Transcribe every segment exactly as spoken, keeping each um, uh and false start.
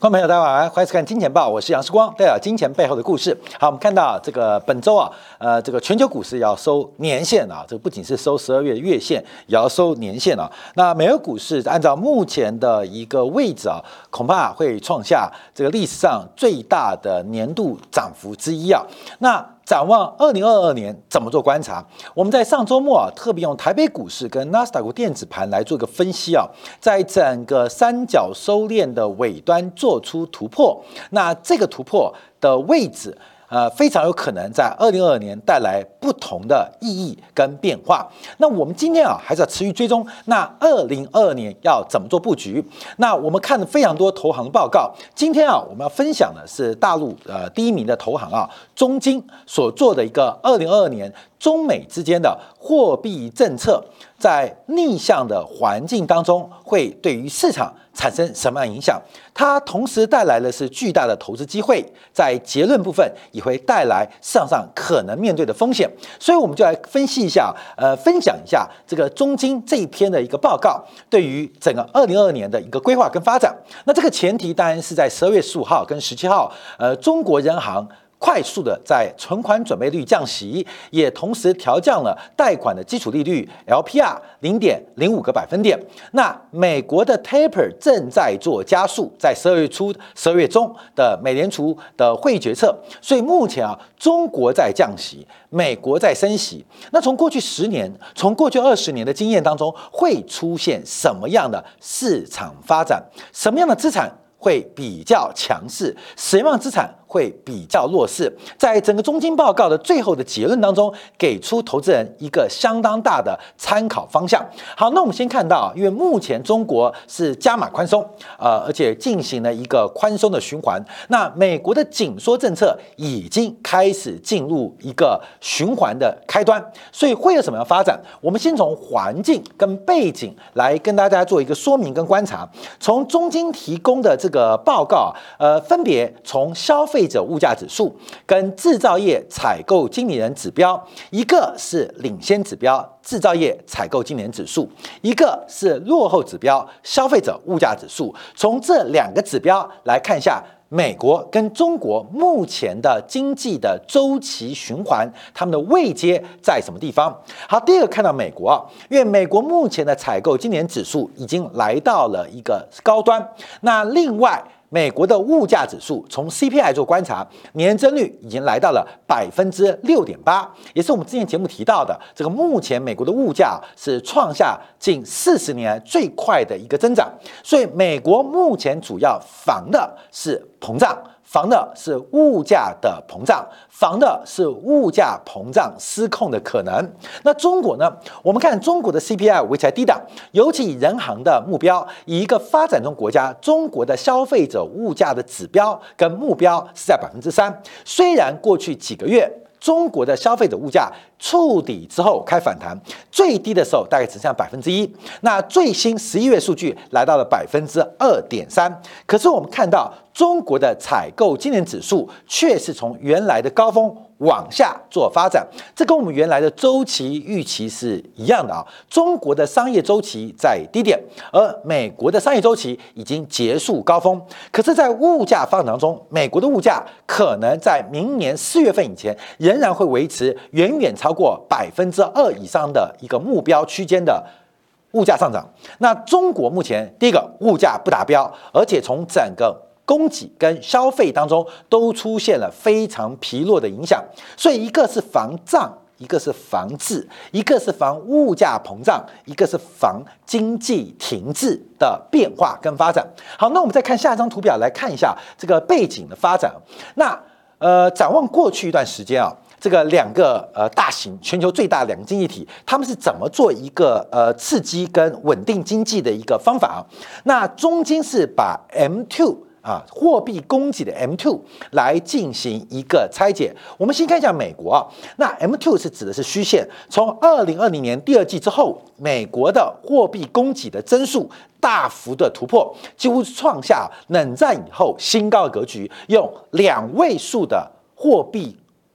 观众朋友，大家晚安，欢迎收看《金钱报》，我是杨世光，带来金钱背后的故事。好，我们看到这个本周啊，呃，这个全球股市要收年线啊，这个不仅是收十二月月线，也要收年线啊。那美国股市按照目前的一个位置啊，恐怕会创下这个历史上最大的年度涨幅之一啊。那展望二零二二年怎么做观察？我们在上周末啊，特别用台北股市跟纳斯达克电子盘来做一个分析啊，在整个三角收敛的尾端做出突破，那这个突破的位置。呃，非常有可能在二零二二年带来不同的意义跟变化。那我们今天啊，还是要持续追踪。那二零二二年要怎么做布局？那我们看了非常多投行的报告。今天啊，我们要分享的是大陆呃第一名的投行啊，中金所做的一个二零二二年中美之间的货币政策，在逆向的环境当中，会对于市场产生什么样的影响？它同时带来的是巨大的投资机会，在结论部分也会带来市场上可能面对的风险。所以我们就来分析一下，呃，分享一下这个中金这一篇的一个报告，对于整个二零二二年的一个规划跟发展。那这个前提当然是在十二月十五号跟十七号，呃，中国人行快速的在存款准备率降息，也同时调降了贷款的基础利率 L P R 零点零五个百分点。那美国的 taper 正在做加速，在十二月初、十二月中的美联储的会议决策。所以目前啊，中国在降息，美国在升息。那从过去十年、从过去二十年的经验当中，会出现什么样的市场发展？什么样的资产会比较强势？什么样的资产会比较弱势？在整个中金报告的最后的结论当中，给出投资人一个相当大的参考方向。好，那我们先看到，因为目前中国是加码宽松，呃，而且进行了一个宽松的循环。那美国的紧缩政策已经开始进入一个循环的开端，所以会有什么样的发展？我们先从环境跟背景来跟大家做一个说明跟观察。从中金提供的这个报告，呃，分别从消费者物价指数跟制造业采购经理人指标，一个是领先指标制造业采购经理人指数，一个是落后指标消费者物价指数。从这两个指标来看一下美国跟中国目前的经济的周期循环，他们的位阶在什么地方？好，第二个看到美国啊，因为美国目前的采购经理人指数已经来到了一个高端，那另外美国的物价指数从 C P I 做观察，年增率已经来到了百分之六点八，也是我们之前节目提到的，这个目前美国的物价是创下近四十年来最快的一个增长，所以美国目前主要防的是膨胀。防的是物价的膨胀，防的是物价膨胀失控的可能。那中国呢？我们看中国的 C P I 维持在低档，尤其人行的目标，以一个发展中国家，中国的消费者物价的指标跟目标是在百分之三。虽然过去几个月，中国的消费者物价触底之后开反弹，最低的时候大概只剩下百分之一。那最新十一月数据来到了百分之二点三。可是我们看到中国的采购经理人指数却是从原来的高峰往下做发展，这跟我们原来的周期预期是一样的啊。中国的商业周期在低点，而美国的商业周期已经结束高峰。可是，在物价发展当中，美国的物价可能在明年四月份以前仍然会维持远远超过百分之二以上的一个目标区间的物价上涨。那中国目前第一个物价不达标，而且从整个供给跟消费当中都出现了非常疲弱的影响，所以一个是防胀，一个是防治，一个是防物价膨胀，一个是防经济停滞的变化跟发展。好，那我们再看下一张图表来看一下这个背景的发展。那呃，展望过去一段时间啊，这个两个呃大型全球最大的两个经济体，他们是怎么做一个呃刺激跟稳定经济的一个方法啊？那中金是把 M 二啊，货币供给的 M 二 来进行一个拆解。我们先看一下美国啊，那 M 二 是指的是虚线，从二零二零年第二季之后，美国的货币供给的增速大幅的突破，几乎创下冷战以后新高的格局，用两位数的货币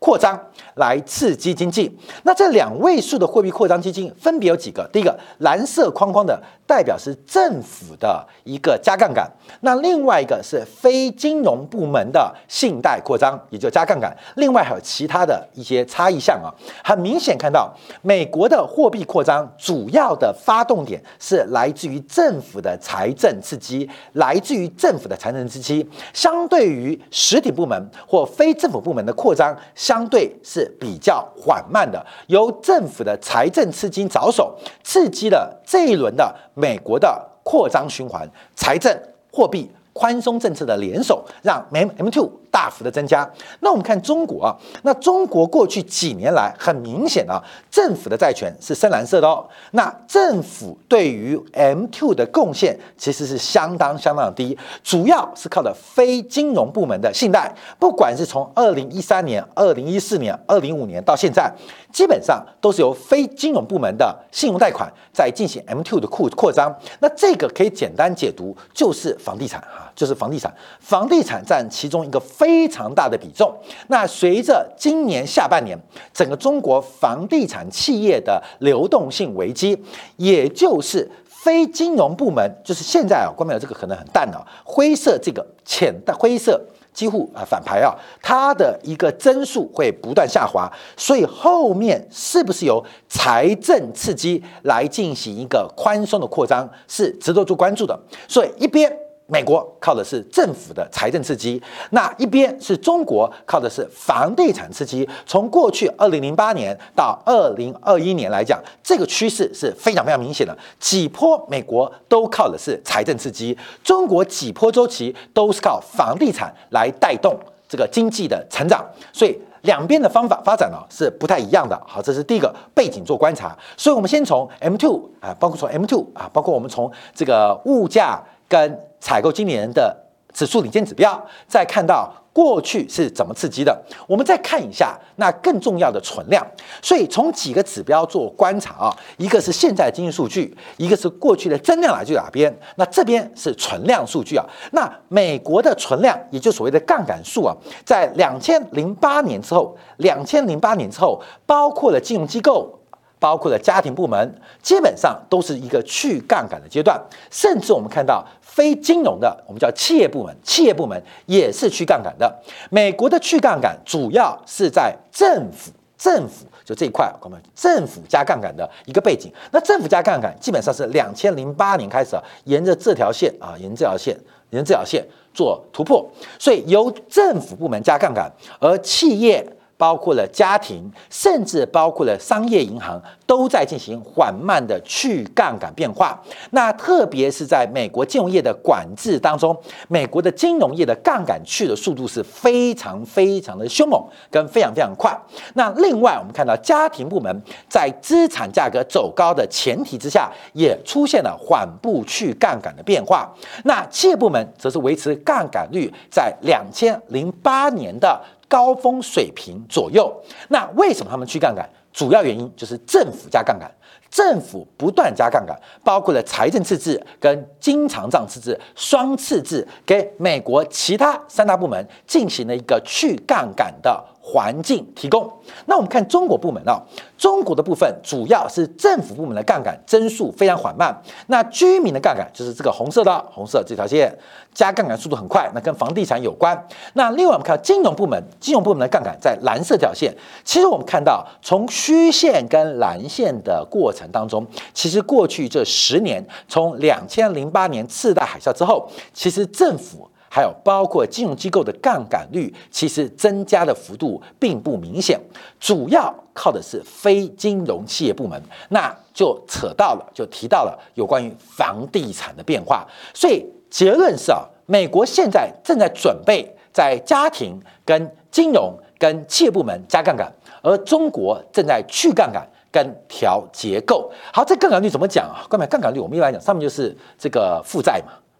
扩张来刺激经济。那这两位数的货币扩张基金分别有几个？第一个蓝色框框的代表是政府的一个加杠杆，那另外一个是非金融部门的信贷扩张，也就加杠杆。另外还有其他的一些差异项啊。很明显看到，美国的货币扩张主要的发动点是来自于政府的财政刺激，来自于政府的财政刺激，相对于实体部门或非政府部门的扩张。相对是比较缓慢的，由政府的财政刺激着手，刺激了这一轮的美国的扩张循环，财政、货币宽松政策的联手，让 M 二 大幅的增加。那我们看中国啊，那中国过去几年来，很明显啊，政府的债权是深蓝色的哦。那政府对于 M 二 的贡献其实是相当相当的低，主要是靠的非金融部门的信贷，不管是从二零一三年、二零一四年、二零一五年到现在，基本上都是由非金融部门的信用贷款在进行 M 二 的扩扩张。那这个可以简单解读，就是房地产哈，就是房地产，房地产占其中一个非常大的比重。那随着今年下半年整个中国房地产企业的流动性危机，也就是非金融部门，就是现在啊，关键这个可能很淡啊，灰色这个浅的灰色。几乎啊反排啊，它的一个增速会不断下滑，所以后面是不是由财政刺激来进行一个宽松的扩张，是值得做关注的。所以一边美国靠的是政府的财政刺激，那一边是中国靠的是房地产刺激。从过去二零零八年到二零二一年来讲，这个趋势是非常非常明显的。几波美国都靠的是财政刺激，中国几波周期都是靠房地产来带动这个经济的成长，所以两边的方法发展呢是不太一样的。好，这是第一个背景做观察。所以我们先从 M 二 啊，包括从 M 二 啊，包括我们从这个物价跟采购经理人的指数领先指标，再看到过去是怎么刺激的，我们再看一下那更重要的存量。所以从几个指标做观察啊，一个是现在的经济数据，一个是过去的增量来自于哪边，那这边是存量数据啊。那美国的存量，也就所谓的杠杆数啊，在两千零八年之后，两千零八年之后，包括了金融机构，包括了家庭部门，基本上都是一个去杠杆的阶段，甚至我们看到非金融的，我们叫企业部门，企业部门也是去杠杆的。美国的去杠杆主要是在政府，政府就这一块，我们政府加杠杆的一个背景。那政府加杠杆基本上是两千零八年开始啊，沿着这条线啊，沿着这条线，沿着这条线做突破，所以由政府部门加杠杆，而企业，包括了家庭，甚至包括了商业银行，都在进行缓慢的去杠杆变化。那特别是在美国金融业的管制当中，美国的金融业的杠杆去的速度是非常非常的凶猛，跟非常非常快。那另外我们看到家庭部门在资产价格走高的前提之下，也出现了缓步去杠杆的变化。那企业部门则是维持杠杆率在两千零八年的高峰水平左右。那为什么他们去杠杆？主要原因就是政府加杠杆，政府不断加杠杆，包括了财政赤字跟经常账赤字双赤字，给美国其他三大部门进行了一个去杠杆的环境提供。那我们看中国部门啊，中国的部分主要是政府部门的杠杆增速非常缓慢，那居民的杠杆就是这个红色的红色这条线，加杠杆速度很快，那跟房地产有关。那另外我们看到金融部门，金融部门的杠杆在蓝色这条线。其实我们看到从虚线跟蓝线的过程当中，其实过去这十年，从两千零八年次贷海啸之后，其实政府还有包括金融机构的杠杆率，其实增加的幅度并不明显，主要靠的是非金融企业部门，那就扯到了，就提到了有关于房地产的变化。所以结论是啊，美国现在正在准备在家庭跟金融跟企业部门加杠杆，而中国正在去杠杆跟调结构。好，这杠杆率怎么讲啊？杠杆杠杆率我们一般来讲，上面就是这个负债嘛。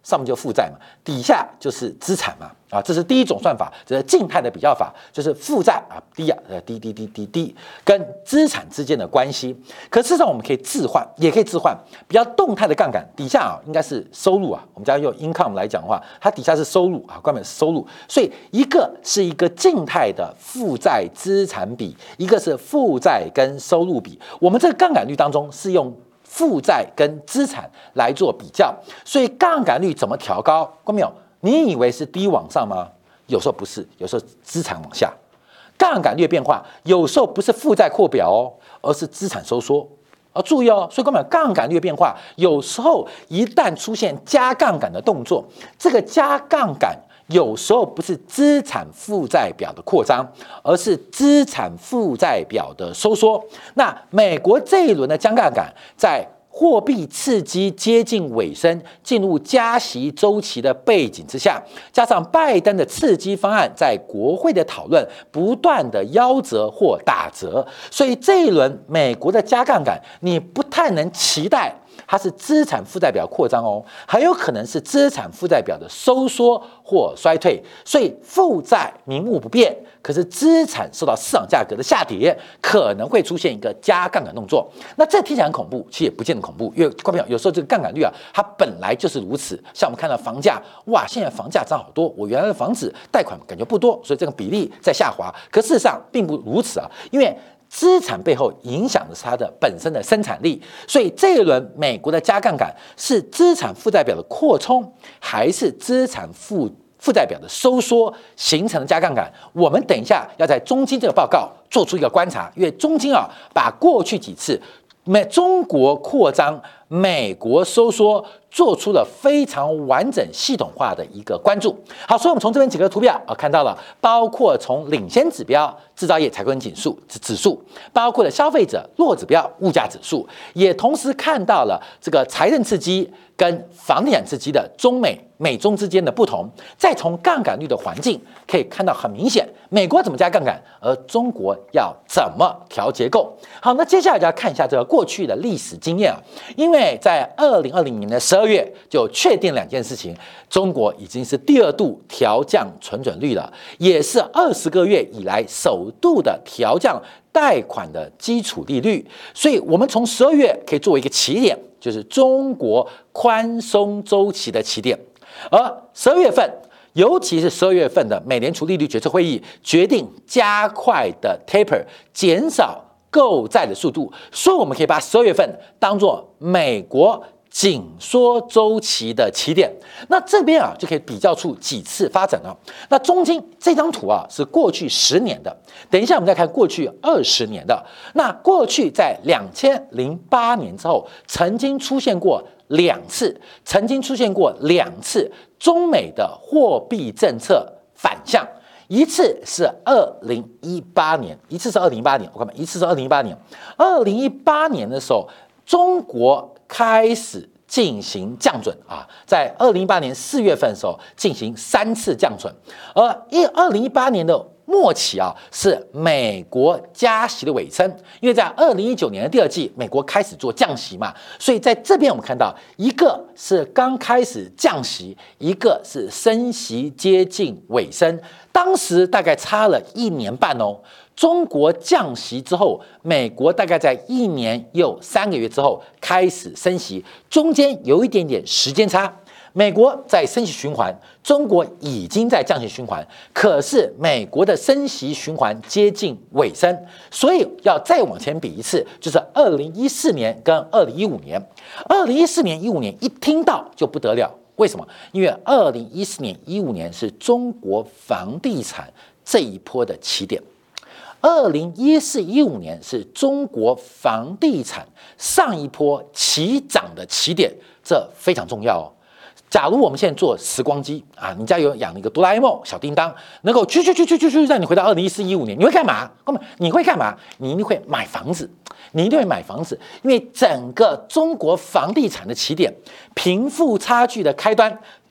上面就负债嘛，底下就是资产嘛，啊，这是第一种算法，这是静态的比较法，就是负债啊低啊，呃低低低低低，跟资产之间的关系。可事实上我们可以置换，也可以置换比较动态的杠杆，底下啊应该是收入啊，我们家用 income 来讲的话，它底下是收入啊，关键是收入，所以一个是一个静态的负债资产比，一个是负债跟收入比。我们这个杠杆率当中是用负债跟资产来做比较，所以杠杆率怎么调高？观众朋友，你以为是低往上吗？有时候不是，有时候资产往下。杠杆率变化有时候不是负债扩表哦，而是资产收缩。啊，注意哦，所以观众朋友，杠杆率变化有时候一旦出现加杠杆的动作，这个加杠杆有时候不是资产负债表的扩张，而是资产负债表的收缩。那美国这一轮的加杠杆，在货币刺激接近尾声，进入加息周期的背景之下，加上拜登的刺激方案在国会的讨论不断的夭折或打折，所以这一轮美国的加杠杆，你不太能期待它是资产负债表扩张哦，很有可能是资产负债表的收缩或衰退。所以负债名目不变，可是资产受到市场价格的下跌，可能会出现一个加杠杆动作。那这听起来很恐怖，其实也不见得恐怖，因为观众朋友有时候这个杠杆率啊，它本来就是如此。像我们看到房价，哇，现在房价涨好多，我原来的房子贷款感觉不多，所以这个比例在下滑。可事实上并不如此啊，因为资产背后影响的是它的本身的生产力，所以这一轮美国的加杠杆是资产负债表的扩充，还是资产负负债表的收缩形成的加杠杆？我们等一下要在中金这个报告做出一个观察，因为中金啊，把过去几次美中国扩张、美国收缩做出了非常完整系统化的一个关注。好，所以我们从这边几个图表啊看到了，包括从领先指标制造业采购经理指数指数，包括了消费者弱指标物价指数，也同时看到了这个财政刺激跟房地产刺激的中美美中之间的不同。再从杠杆率的环境可以看到很明显，美国怎么加杠杆，而中国要怎么调结构。好，那接下来就要看一下这个过去的历史经验啊，因为在二零二零年的十二月就确定两件事情，中国已经是第二度调降存准率了，也是二十个月以来首度的调降贷款的基础利率。所以我们从十二月可以作为一个起点，就是中国宽松周期的起点。而十二月份，尤其是十二月份的美联储利率决策会议决定加快的 taper， 减少购债的速度，所以我们可以把十二月份当作美国紧缩周期的起点。那这边啊就可以比较出几次发展了。那中间这张图啊是过去十年的，等一下我们再看过去二十年的。那过去在两千零八年之后，曾经出现过两次，曾经出现过两次中美的货币政策反向。一次是二零一八年，一次是二零一八年，我看看，一次是二零一八年。二零一八年的时候，中国开始进行降准啊，在二零一八年四月份的时候进行三次降准，而一二零一八年的末期啊，是美国加息的尾声，因为在二零一九年的第二季，美国开始做降息嘛，所以在这边我们看到，一个是刚开始降息，一个是升息接近尾声，当时大概差了一年半哦。中国降息之后，美国大概在一年又三个月之后开始升息，中间有一点点时间差。美国在升息循环，中国已经在降息循环，可是美国的升息循环接近尾声，所以要再往前比一次，就是二零一四年跟二零一五年。二零一四年、一五年一听到就不得了，为什么？因为二零一四年、一五年是中国房地产这一波的起点。二零一四、一五年是中国房地产上一波起涨的起点，这非常重要哦。假如我们现在做时光机啊，你家有养一个哆啦 A 梦小叮当，能够去去去去去去让你回到二零一四、一五年，你会干嘛？你会干嘛？你一定会买房子，你一定会买房子，因为整个中国房地产的起点，贫富差距的开端，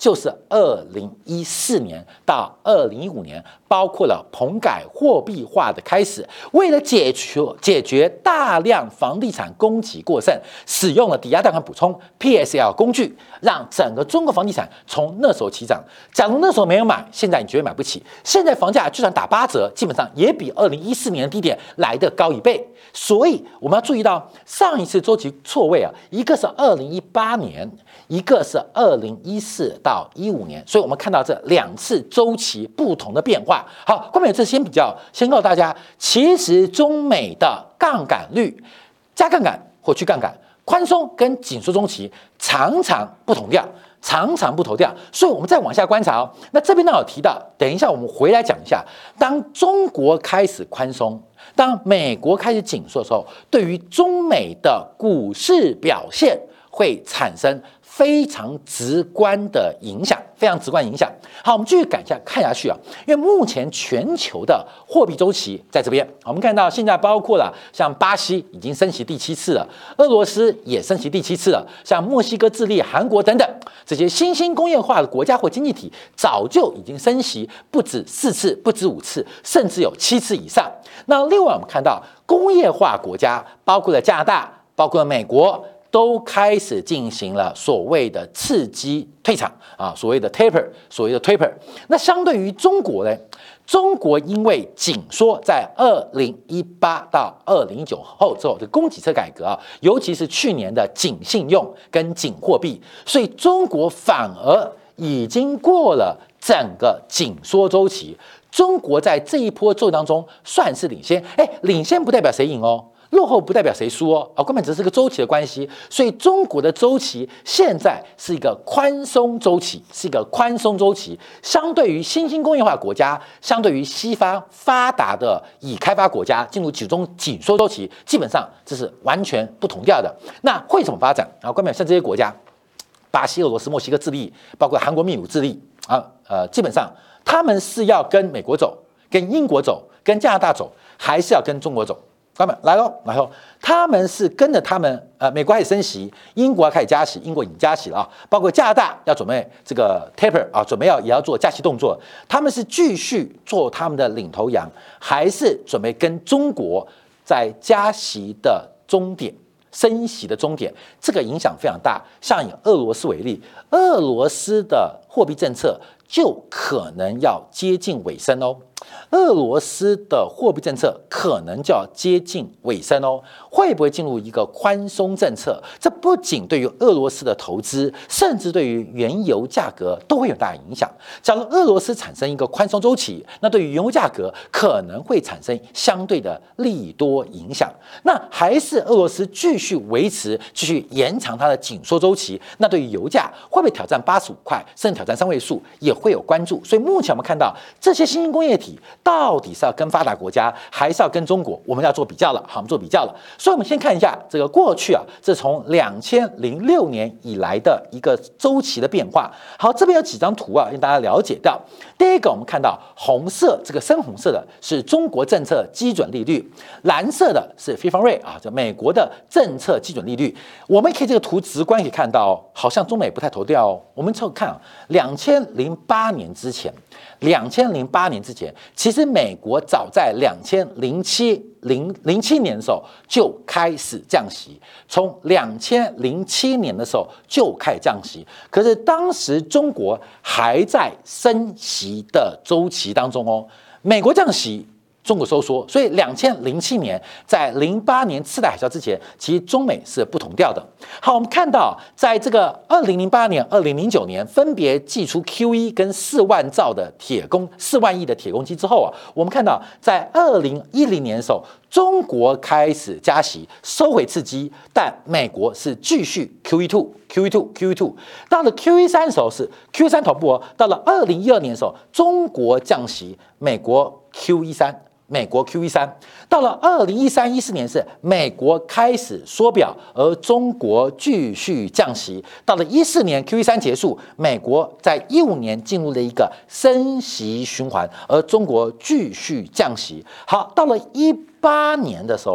就是二零一四年到二零一五年，包括了棚改货币化的开始。为了解决解决大量房地产供给过剩，使用了抵押贷款补充 P S L 工具，让整个中国房地产从那时候起涨。假如那时候没有买，现在你绝对买不起。现在房价就算打八折，基本上也比二零一四年的低点来得高一倍。所以我们要注意到上一次周期错位啊，一个是二零一八年，一个是二零一四到一五年，所以我们看到这两次周期不同的变化。好，关美这先比较，先告诉大家，其实中美的杠杆率、加杠杆或去杠杆、宽松跟紧缩周期常常不同调。常常不投调，所以我们再往下观察哦。那这边呢有提到，等一下我们回来讲一下，当中国开始宽松，当美国开始紧缩的时候，对于中美的股市表现会产生非常直观的影响，非常直观影响。好，我们继续赶下看下去啊，因为目前全球的货币周期在这边，我们看到现在包括了像巴西已经升息第七次了，俄罗斯也升息第七次了，像墨西哥、智利、韩国等等这些新兴工业化的国家或经济体，早就已经升息不止四次，不止五次，甚至有七次以上。那另外我们看到工业化国家，包括了加拿大，包括了美国，都开始进行了所谓的刺激退场啊，所谓的 taper， 所谓的 taper。那相对于中国呢？中国因为紧缩，在二零一八到二零一九后之后的供给侧改革啊，尤其是去年的紧信用跟紧货币，所以中国反而已经过了整个紧缩周期。中国在这一波周期当中算是领先，哎，领先不代表谁赢哦。落后不代表谁输哦，啊，根本只是个周期的关系，所以中国的周期现在是一个宽松周期，是一个宽松周期。相对于新兴工业化国家，相对于西方发达的已开发国家，进入集中紧缩周期，基本上这是完全不同调的。那会怎么发展啊？关键像这些国家，巴西、俄罗斯、墨西哥、智利，包括韩国、秘鲁、智利啊，呃，基本上他们是要跟美国走，跟英国走，跟加拿大走，还是要跟中国走？他们来喽，然后他们是跟着他们，呃，美国开始升息，英国要开始加息，英国已经加息了啊，包括加拿大要准备这个 taper 啊，准备要也要做加息动作，他们是继续做他们的领头羊，还是准备跟中国在加息的终点、升息的终点？这个影响非常大。像以俄罗斯为例，俄罗斯的货币政策就可能要接近尾声哦。俄罗斯的货币政策可能就要接近尾声哦，会不会进入一个宽松政策？这不仅对于俄罗斯的投资，甚至对于原油价格都会有大影响。假如俄罗斯产生一个宽松周期，那对于原油价格可能会产生相对的利多影响。那还是俄罗斯继续维持、继续延长它的紧缩周期，那对于油价会不会挑战八十五块，甚至挑战三位数，也会有关注。所以目前我们看到这些新兴工业体到底是要跟发达国家，还是要跟中国？我们要做比较了，好，我们做比较了。所以，我们先看一下这个过去啊，这从两千零六年以来的一个周期的变化。好，这边有几张图啊，让大家了解到。第一个，我们看到红色这个深红色的是中国政策基准利率，蓝色的是 Fed Fund Rate 啊，这美国的政策基准利率。我们可以这个图直观可以看到，好像中美不太投调哦。我们看啊，两千零八年之前。两千零八年之前，其实美国早在两千零七零零七年的时候就开始降息，从两千零七年的时候就开始降息。可是当时中国还在升息的周期当中哦，美国降息，中国收缩，所以两千零七年在零八年次贷海啸之前，其实中美是不同调的。好，我们看到在这个二零零八年、二零零九年分别祭出 Q E 跟四万兆的铁公四万亿的铁公鸡之后啊，我们看到在二零一零年的时候，中国开始加息，收回刺激，但美国是继续 Q E two。Q E two Q E two 到了 Q E 三的时候是 Q E 三头部哦，到了二零一二年的时候，中国降息，美国 Q E 三。美国 Q E 三到了二零一三一四年是美国开始缩表，而中国继续降息。到了一四年 Q E 三结束，美国在一五年进入了一个升息循环，而中国继续降息。好，到了一八年的时候，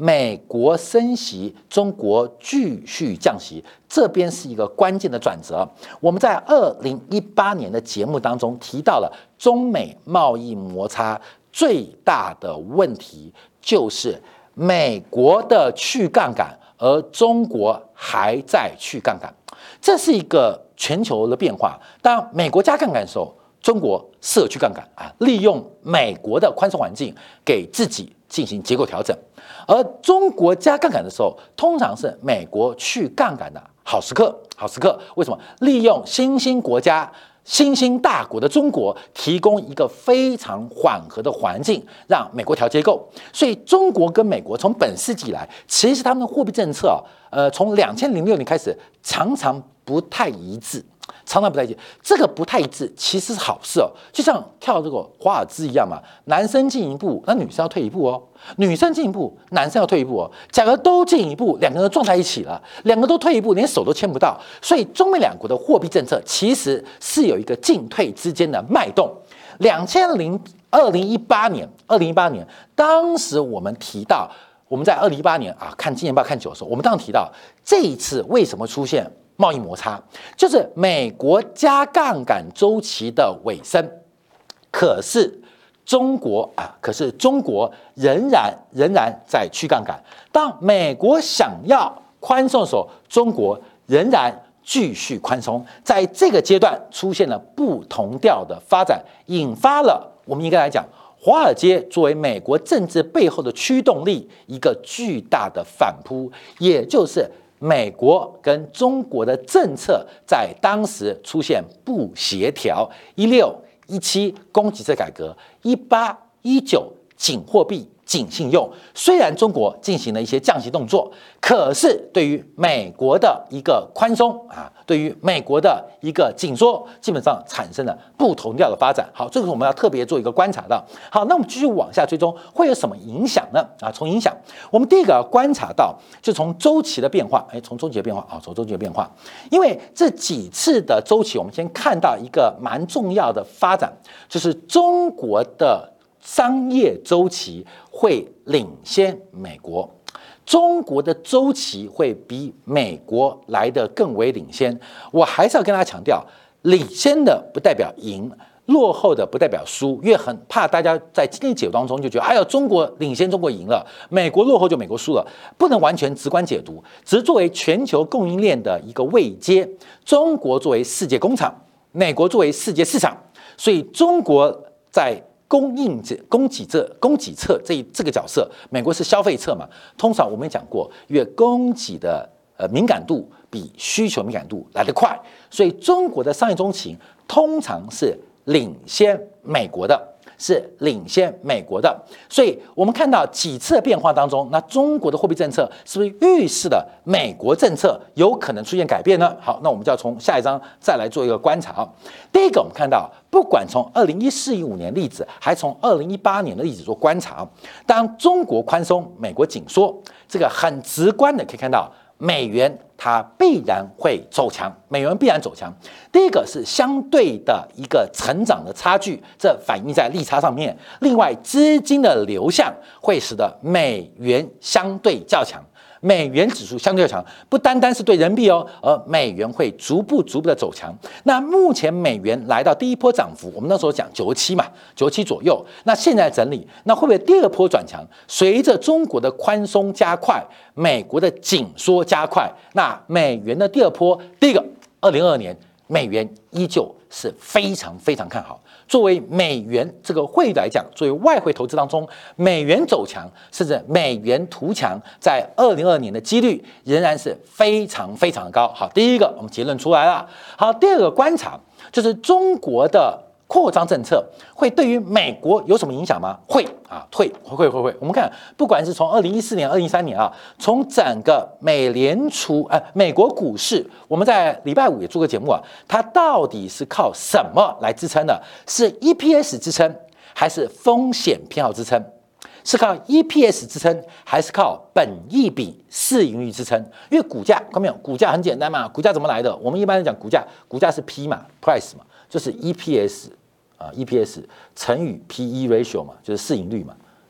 美国升息，中国继续降息，这边是一个关键的转折。我们在二零一八年的节目当中提到了中美贸易摩擦最大的问题就是美国的去杠杆，而中国还在去杠杆，这是一个全球的变化。当美国加杠杆的时候，中国设去杠杆啊，利用美国的宽松环境给自己进行结构调整；而中国加杠杆的时候，通常是美国去杠杆的好时刻。好时刻，为什么？利用新兴国家、新兴大国的中国提供一个非常缓和的环境，让美国调结构。所以，中国跟美国从本世纪以来，其实他们的货币政策啊，呃，从两千零六年开始，常常不太一致。常常不太一致，这个不太一致其实是好事哦，就像跳这个华尔兹一样嘛，男生进一步，那女生要退一步哦；女生进一步，男生要退一步哦。假如都进一步，两个人撞在一起了，两个都退一步，连手都牵不到。所以中美两国的货币政策其实是有一个进退之间的脉动。两千零二零一八年，二零一八年，当时我们提到，我们在二零一八年啊看《金钱报》看久的时候，我们当时提到这一次为什么出现贸易摩擦，就是美国加杠杆周期的尾声，可是中国啊，可是中国仍然仍然在去杠杆。当美国想要宽松的时候，中国仍然继续宽松。在这个阶段出现了不同调的发展，引发了我们应该来讲，华尔街作为美国政治背后的驱动力，一个巨大的反扑，也就是美国跟中国的政策在当时出现不协调。一六一七供给侧改革，一八一九紧货币、紧信用。虽然中国进行了一些降息动作，可是对于美国的一个宽松啊，对于美国的一个紧缩，基本上产生了不同调的发展。好，这个我们要特别做一个观察到。好，那我们继续往下追踪，会有什么影响呢？啊，从影响，我们第一个要观察到，就从周期的变化，哎，从周期的变化啊，从周期的变化，因为这几次的周期，我们先看到一个蛮重要的发展，就是中国的商业周期会领先美国，中国的周期会比美国来得更为领先。我还是要跟大家强调，领先的不代表赢，落后的不代表输，因为很怕大家在今天解读当中就觉得，哎呦，中国领先，中国赢了，美国落后就美国输了，不能完全直观解读，只是作为全球供应链的一个位阶，中国作为世界工厂，美国作为世界市场，所以中国在供应者、供给侧、供给侧这这个角色，美国是消费侧嘛。通常我们也讲过，因为供给的呃敏感度比需求敏感度来得快，所以中国的商业中期通常是领先美国的。是领先美国的，所以我们看到几次的变化当中，那中国的货币政策是不是预示了美国政策有可能出现改变呢？好，那我们就要从下一章再来做一个观察。第一个，我们看到，不管从二零一四一五年例子，还从二零一八年的例子做观察，当中国宽松，美国紧缩，这个很直观的可以看到，美元它必然会走强，美元必然走强。第一个是相对的一个成长的差距，这反映在利差上面。另外，资金的流向会使得美元相对较强。美元指数相对较强，不单单是对人民币哦，而美元会逐步逐步的走强。那目前美元来到第一波涨幅，我们那时候讲九十七嘛，九十七左右。那现在整理，那会不会第二波转强？随着中国的宽松加快，美国的紧缩加快，那美元的第二波，第一个，二零二二年美元依旧是非常非常看好。作为美元这个汇率来讲，作为外汇投资当中，美元走强甚至美元图强，在二零二二年的几率仍然是非常非常的高。好，第一个我们结论出来了。好，第二个观察就是中国的扩张政策会对于美国有什么影响吗？会啊，会会会会。我们看，不管是从二零一四年、二零一三年啊，从整个美联储呃美国股市，我们在礼拜五也做个节目啊，它到底是靠什么来支撑的？是 E P S 支撑，还是风险偏好支撑？是靠 E P S 支撑，还是靠本益比市盈率支撑？因为股价，看到没有？股价很简单嘛，股价怎么来的？我们一般来讲，股价股价是 P 嘛 ，price 嘛，就是 E P S。啊 ，E P S 乘以 P E ratio 嘛，就是市盈率嘛，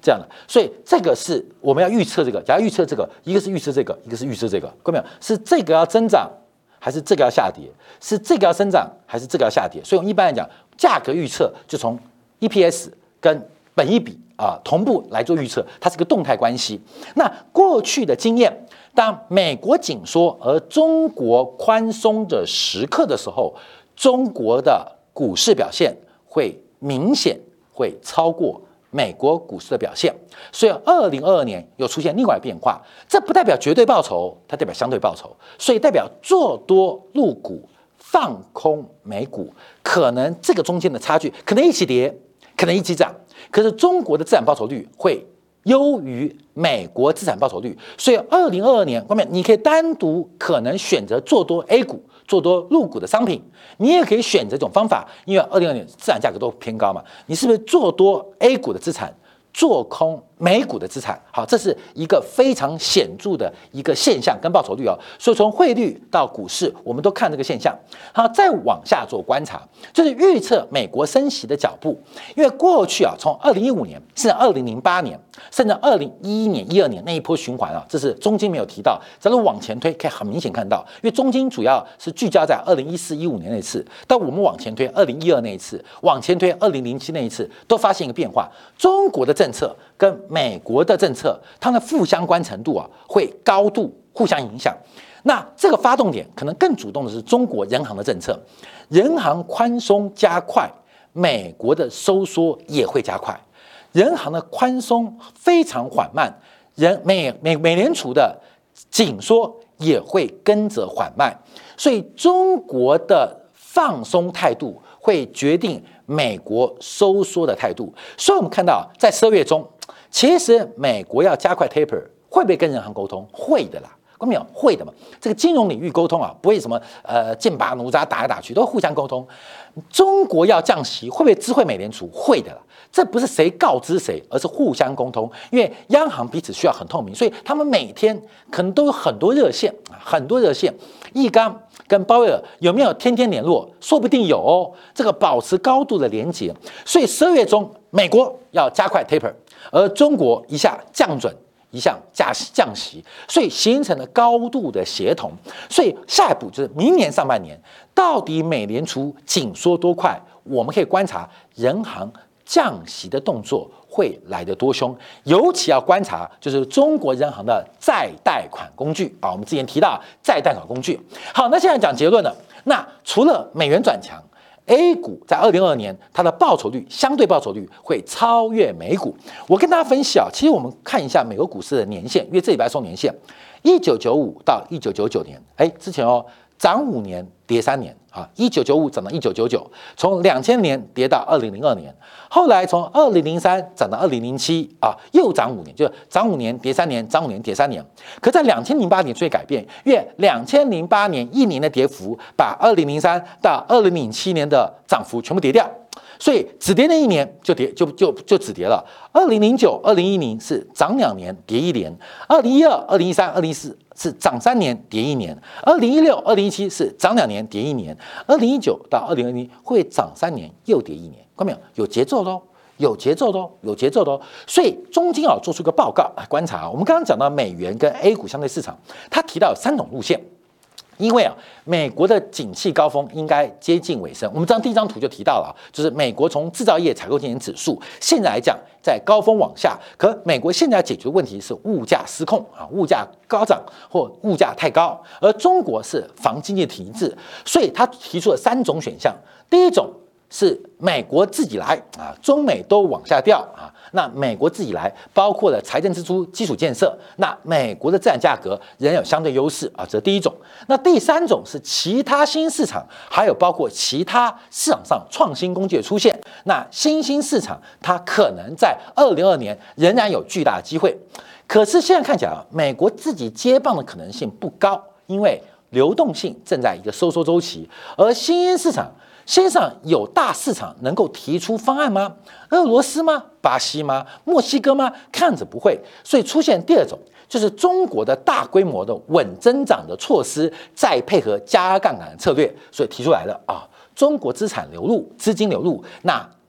这样的，所以这个是我们要预测这个，假如预测这个，一个是预测这个，一个是预测这个，看到没有？是这个要增长，还是这个要下跌？是这个要增长，还是这个要下跌？所以我们一般来讲，价格预测就从 E P S 跟本益比啊同步来做预测，它是个动态关系。那过去的经验，当美国紧缩而中国宽松的时刻的时候，中国的股市表现会明显会超过美国股市的表现，所以二零二二年又出现另外变化，这不代表绝对报酬，它代表相对报酬，所以代表做多入股，放空美股，可能这个中间的差距可能一起跌，可能一起涨，可是中国的资产报酬率会优于美国资产报酬率，所以二零二二年方面，你可以单独可能选择做多 A 股。做多入股的商品，你也可以选择这种方法，因为二零二二年资产价格都偏高嘛，你是不是做多 A 股的资产，做空美股的资产？好，这是一个非常显著的一个现象跟报酬率哦。所以从汇率到股市，我们都看这个现象。好，再往下做观察，就是预测美国升息的脚步。因为过去啊，从二零一五年甚至二零零八年，甚至二零一一年、一二年那一波循环啊，这是中金没有提到。假如往前推，可以很明显看到，因为中金主要是聚焦在二零一四、一五年那一次，但我们往前推二零一二那一次，往前推二零零七那一次，都发现一个变化：中国的政策跟美国的政策，它的负相关程度啊，会高度互相影响。那这个发动点可能更主动的是中国人行的政策，人行宽松加快，美国的收缩也会加快。人行的宽松非常缓慢，人美美美联储的紧缩也会跟着缓慢，所以中国的放松态度会决定美国收缩的态度。所以我们看到在十二月中，其实美国要加快 taper， 会不会跟人行沟通？会的啦。没有会的嘛？这个金融领域沟通啊，不会什么呃剑拔弩张打来打去，都互相沟通。中国要降息，会不会知会美联储？会的啦。这不是谁告知谁，而是互相沟通。因为央行彼此需要很透明，所以他们每天可能都有很多热线，很多热线。易纲跟鲍威尔有没有天天联络？说不定有哦。这个保持高度的连结。所以十二月中，美国要加快 taper， 而中国一下降准。一项降降息，所以形成了高度的协同。所以下一步就是明年上半年，到底美联储紧缩多快？我们可以观察人行降息的动作会来得多凶，尤其要观察就是中国人行的再贷款工具啊。我们之前提到再贷款工具。好，那现在讲结论了。那除了美元转强，A 股在二零二二年它的报酬率相对报酬率会超越美股。我跟大家分析啊，其实我们看一下美国股市的年限，因为这礼拜收年限，一九九五到一九九九年，哎，之前哦涨五年跌三年啊，一九九五涨到一九九九，从两千年跌到二零零二年，后来从二零零三涨到二零零七啊，又涨五年，就涨五年跌三年，涨五年跌三年。可在两千零八年出现改变，因为两千零八年一年的跌幅把二零零三到二零零七年的涨幅全部跌掉。所以只跌那一年就跌就就就止跌了。二零零九、二零一零是涨两年跌一年，二零一二、二零一三、二零一四是涨三年跌一年，二零一六、二零一七是涨两年跌一年，二零一九到二零二零会涨三年又跌一年，看到没有？有节奏的哦。有节奏的哦，有节奏的哦，所以中金啊做出一个报告来观察。我们刚刚讲到美元跟 A 股相对市场，他提到有三种路线。因为啊，美国的景气高峰应该接近尾声。我们这张第一张图就提到了，就是美国从制造业采购经理指数，现在来讲在高峰往下，可美国现在要解决的问题是物价失控啊，物价高涨或物价太高，而中国是防经济体制，所以他提出了三种选项。第一种是美国自己来啊，中美都往下掉啊，那美国自己来，包括了财政支出、基础建设，那美国的资产价格仍然有相对优势啊，这是第一种。那第三种是其他新市场，还有包括其他市场上创新工具的出现，那新兴市场它可能在二零二二年仍然有巨大的机会。可是现在看起来啊，美国自己接棒的可能性不高，因为流动性正在一个收缩周期，而新兴市场。线上有大市场能够提出方案吗？俄罗斯吗？巴西吗？墨西哥吗？看着不会，所以出现第二种，就是中国的大规模的稳增长的措施，再配合加杠杆的策略，所以提出来了啊，中国资产流入、资金流入，那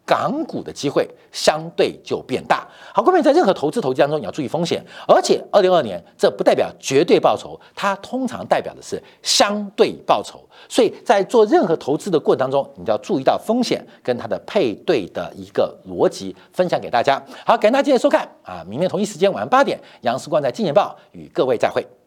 港股的机会相对就变大。好，各位在任何投资投机当中，你要注意风险，而且二零二二年这不代表绝对报酬，它通常代表的是相对报酬。所以在做任何投资的过程当中，你就要注意到风险跟它的配对的一个逻辑，分享给大家。好，感谢大家今天的收看啊！明天同一时间晚上八点，杨世光在金钱报与各位再会。